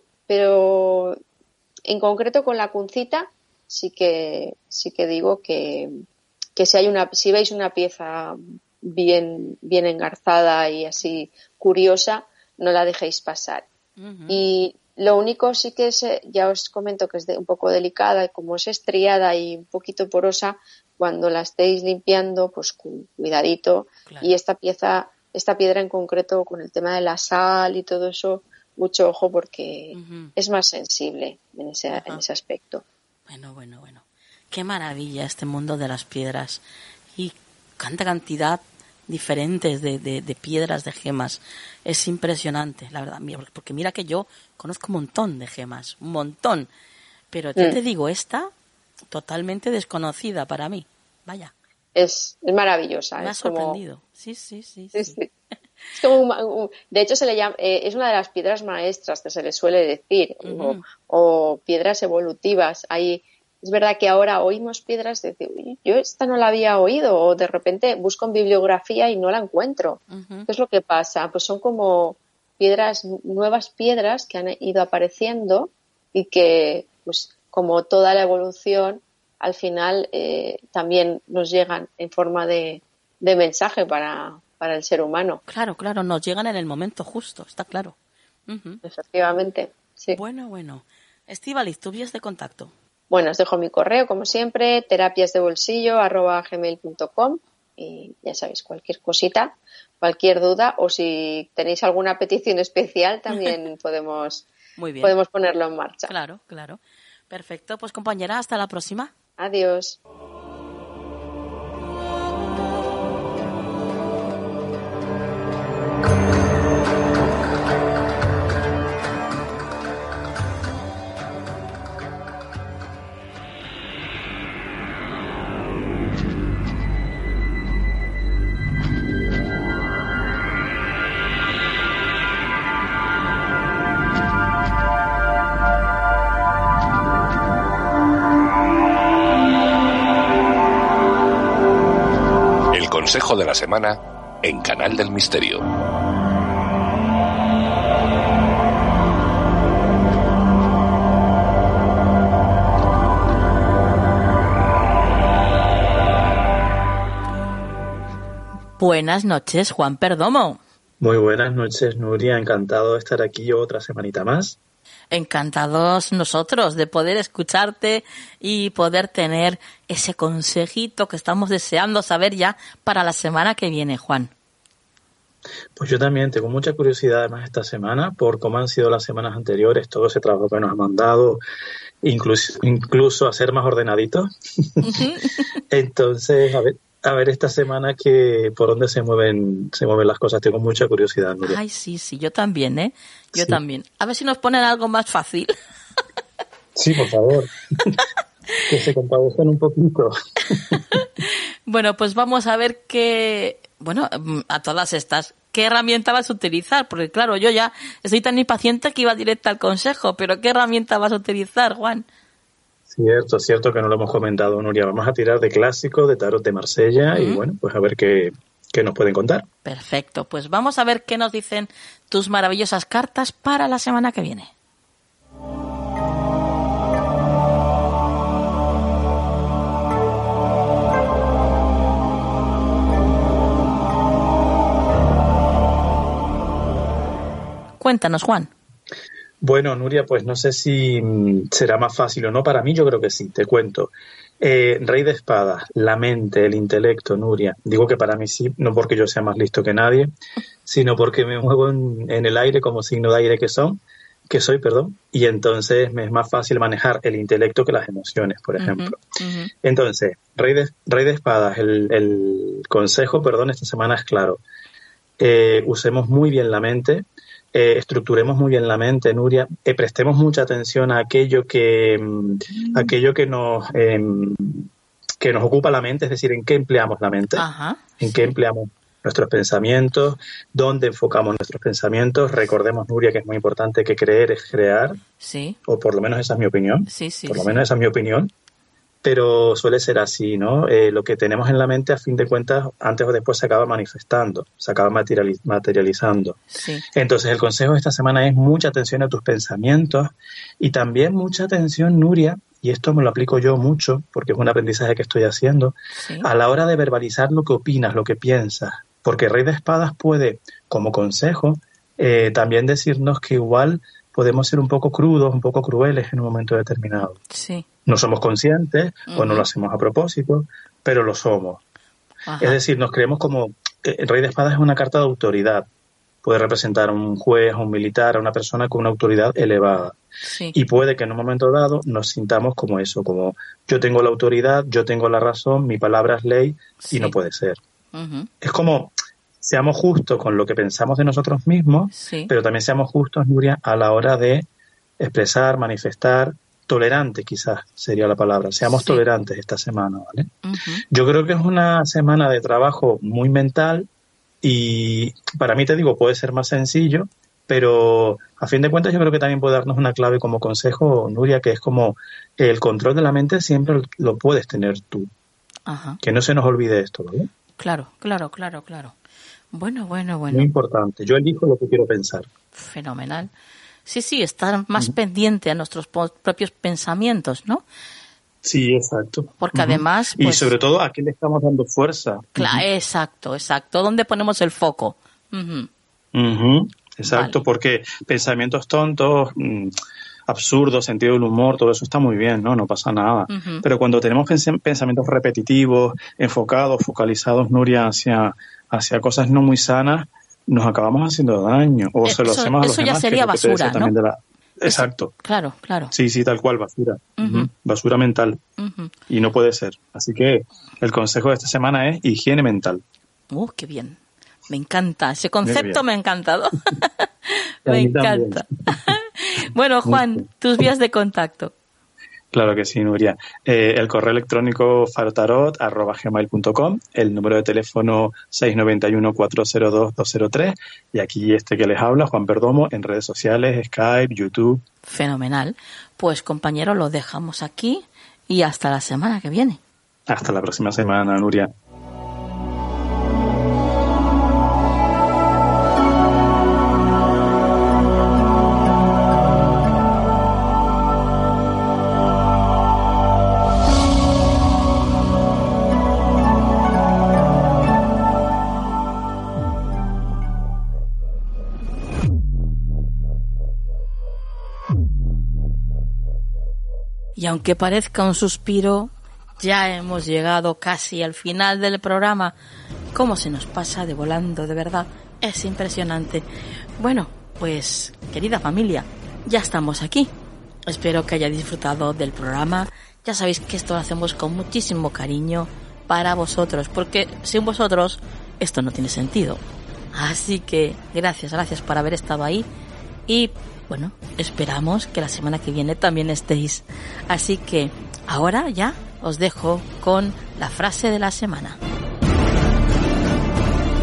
en concreto con la cuncita sí que digo que si veis una pieza bien engarzada y así curiosa, no la dejéis pasar. Y lo único sí que ya os comento que es un poco delicada, y como es estriada y un poquito porosa, cuando la estéis limpiando, pues cuidadito. Claro. Y esta piedra en concreto, con el tema de la sal y todo eso, mucho ojo porque es más sensible en ese aspecto. Bueno. Qué maravilla este mundo de las piedras. Y cuánta cantidad diferentes de piedras, de gemas. Es impresionante, la verdad. Porque mira que yo conozco un montón de gemas, un montón. Pero yo te digo, esta totalmente desconocida para mí. Vaya. Es maravillosa. Me ha sorprendido. Sí. Es como de hecho se le llama, es una de las piedras maestras que se le suele decir, o piedras evolutivas. Es verdad que ahora oímos piedras de decir, yo esta no la había oído, o de repente busco en bibliografía y no la encuentro. ¿Qué es lo que pasa? Pues son como nuevas piedras que han ido apareciendo y que, pues como toda la evolución, al final también nos llegan en forma de mensaje para el ser humano. Claro, nos llegan en el momento justo, está claro. Efectivamente, sí. Bueno. Estíbaliz, tus vías de contacto. Bueno, os dejo mi correo, como siempre, terapiasdebolsillo@gmail.com, y ya sabéis, cualquier cosita, cualquier duda, o si tenéis alguna petición especial, también podemos ponerlo en marcha. Claro. Perfecto, pues compañera, hasta la próxima. Adiós. Consejo de la semana en Canal del Misterio. Buenas noches, Juan Perdomo. Muy buenas noches, Nuria. Encantado de estar aquí otra semanita más. Encantados nosotros de poder escucharte y poder tener ese consejito que estamos deseando saber ya para la semana que viene, Juan. Pues yo también tengo mucha curiosidad además esta semana por cómo han sido las semanas anteriores, todo ese trabajo que nos han mandado, incluso a ser más ordenaditos. Entonces, a ver esta semana por dónde se mueven las cosas. Tengo mucha curiosidad, Nuria. Ay, sí, yo también, ¿eh? Yo también. A ver si nos ponen algo más fácil. Sí, por favor. Que se compadezcan un poquito. Bueno, pues vamos a ver qué bueno, a todas estas, ¿qué herramienta vas a utilizar? Porque claro, yo ya estoy tan impaciente que iba directa al consejo, pero ¿qué herramienta vas a utilizar, Juan? Cierto que no lo hemos comentado, Nuria. Vamos a tirar de clásico, de tarot de Marsella y bueno, pues a ver qué nos pueden contar. Perfecto, pues vamos a ver qué nos dicen tus maravillosas cartas para la semana que viene. Cuéntanos, Juan. Bueno, Nuria, pues no sé si será más fácil o no. Para mí yo creo que sí, te cuento. Rey de espadas, la mente, el intelecto, Nuria. Digo que para mí sí, no porque yo sea más listo que nadie, sino porque me muevo en el aire como signo de aire que soy, y entonces me es más fácil manejar el intelecto que las emociones, por ejemplo. Entonces, Rey de espadas, el consejo, esta semana es claro. Usemos muy bien la mente. Estructuremos muy bien la mente, Nuria, prestemos mucha atención a aquello que nos ocupa la mente, es decir, en qué empleamos la mente, en qué empleamos nuestros pensamientos, dónde enfocamos nuestros pensamientos. Recordemos, Nuria, que es muy importante que creer es crear, o por lo menos esa es mi opinión, menos esa es mi opinión. Pero suele ser así, ¿no? Lo que tenemos en la mente, a fin de cuentas, antes o después se acaba manifestando, se acaba materializando. Sí. Entonces, el consejo de esta semana es mucha atención a tus pensamientos y también mucha atención, Nuria, y esto me lo aplico yo mucho, porque es un aprendizaje que estoy haciendo, a la hora de verbalizar lo que opinas, lo que piensas. Porque Rey de Espadas puede, como consejo, también decirnos que igual podemos ser un poco crudos, un poco crueles en un momento determinado. Sí. No somos conscientes o no lo hacemos a propósito, pero lo somos. Es decir, nos creemos como... El Rey de Espadas es una carta de autoridad. Puede representar a un juez, a un militar, a una persona con una autoridad elevada. Sí. Y puede que en un momento dado nos sintamos como eso, como yo tengo la autoridad, yo tengo la razón, mi palabra es ley y no puede ser. Es como... Seamos justos con lo que pensamos de nosotros mismos, pero también seamos justos, Nuria, a la hora de expresar, manifestar, tolerantes quizás sería la palabra. Seamos tolerantes esta semana, ¿vale? Yo creo que es una semana de trabajo muy mental y para mí, te digo, puede ser más sencillo, pero a fin de cuentas yo creo que también puede darnos una clave como consejo, Nuria, que es como el control de la mente siempre lo puedes tener tú. Que no se nos olvide esto, ¿vale? Claro. Bueno. Muy importante. Yo elijo lo que quiero pensar. Fenomenal. Sí, estar más pendiente a nuestros propios pensamientos, ¿no? Sí, exacto. Porque además... Pues, y sobre todo, ¿a qué le estamos dando fuerza? Claro, exacto. ¿Dónde ponemos el foco? Exacto, vale. Porque pensamientos tontos, absurdos, sentido del humor, todo eso está muy bien, ¿no? No pasa nada. Pero cuando tenemos pensamientos repetitivos, enfocados, focalizados, Nuria, hacia cosas no muy sanas, nos acabamos haciendo daño. O se lo hacemos a los demás. Eso ya sería basura, ¿no? Exacto. Claro. Sí, tal cual, basura. Basura mental. Y no puede ser. Así que el consejo de esta semana es higiene mental. Qué bien. Me encanta. Ese concepto me ha encantado. Me encanta. Bueno, Juan, tus vías de contacto. Claro que sí, Nuria. El correo electrónico farotarot@gmail.com, el número de teléfono 691-402-203 y aquí que les habla, Juan Perdomo, en redes sociales, Skype, YouTube. Fenomenal. Pues compañeros, lo dejamos aquí y hasta la semana que viene. Hasta la próxima semana, Nuria. Y aunque parezca un suspiro, ya hemos llegado casi al final del programa. ¿Cómo se nos pasa de volando, de verdad? Es impresionante. Bueno, pues, querida familia, ya estamos aquí. Espero que hayáis disfrutado del programa. Ya sabéis que esto lo hacemos con muchísimo cariño para vosotros, porque sin vosotros esto no tiene sentido. Así que gracias por haber estado ahí y bueno, esperamos que la semana que viene también estéis. Así que ahora ya os dejo con la frase de la semana.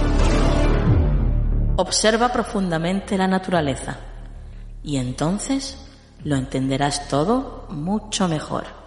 Observa profundamente la naturaleza y entonces lo entenderás todo mucho mejor.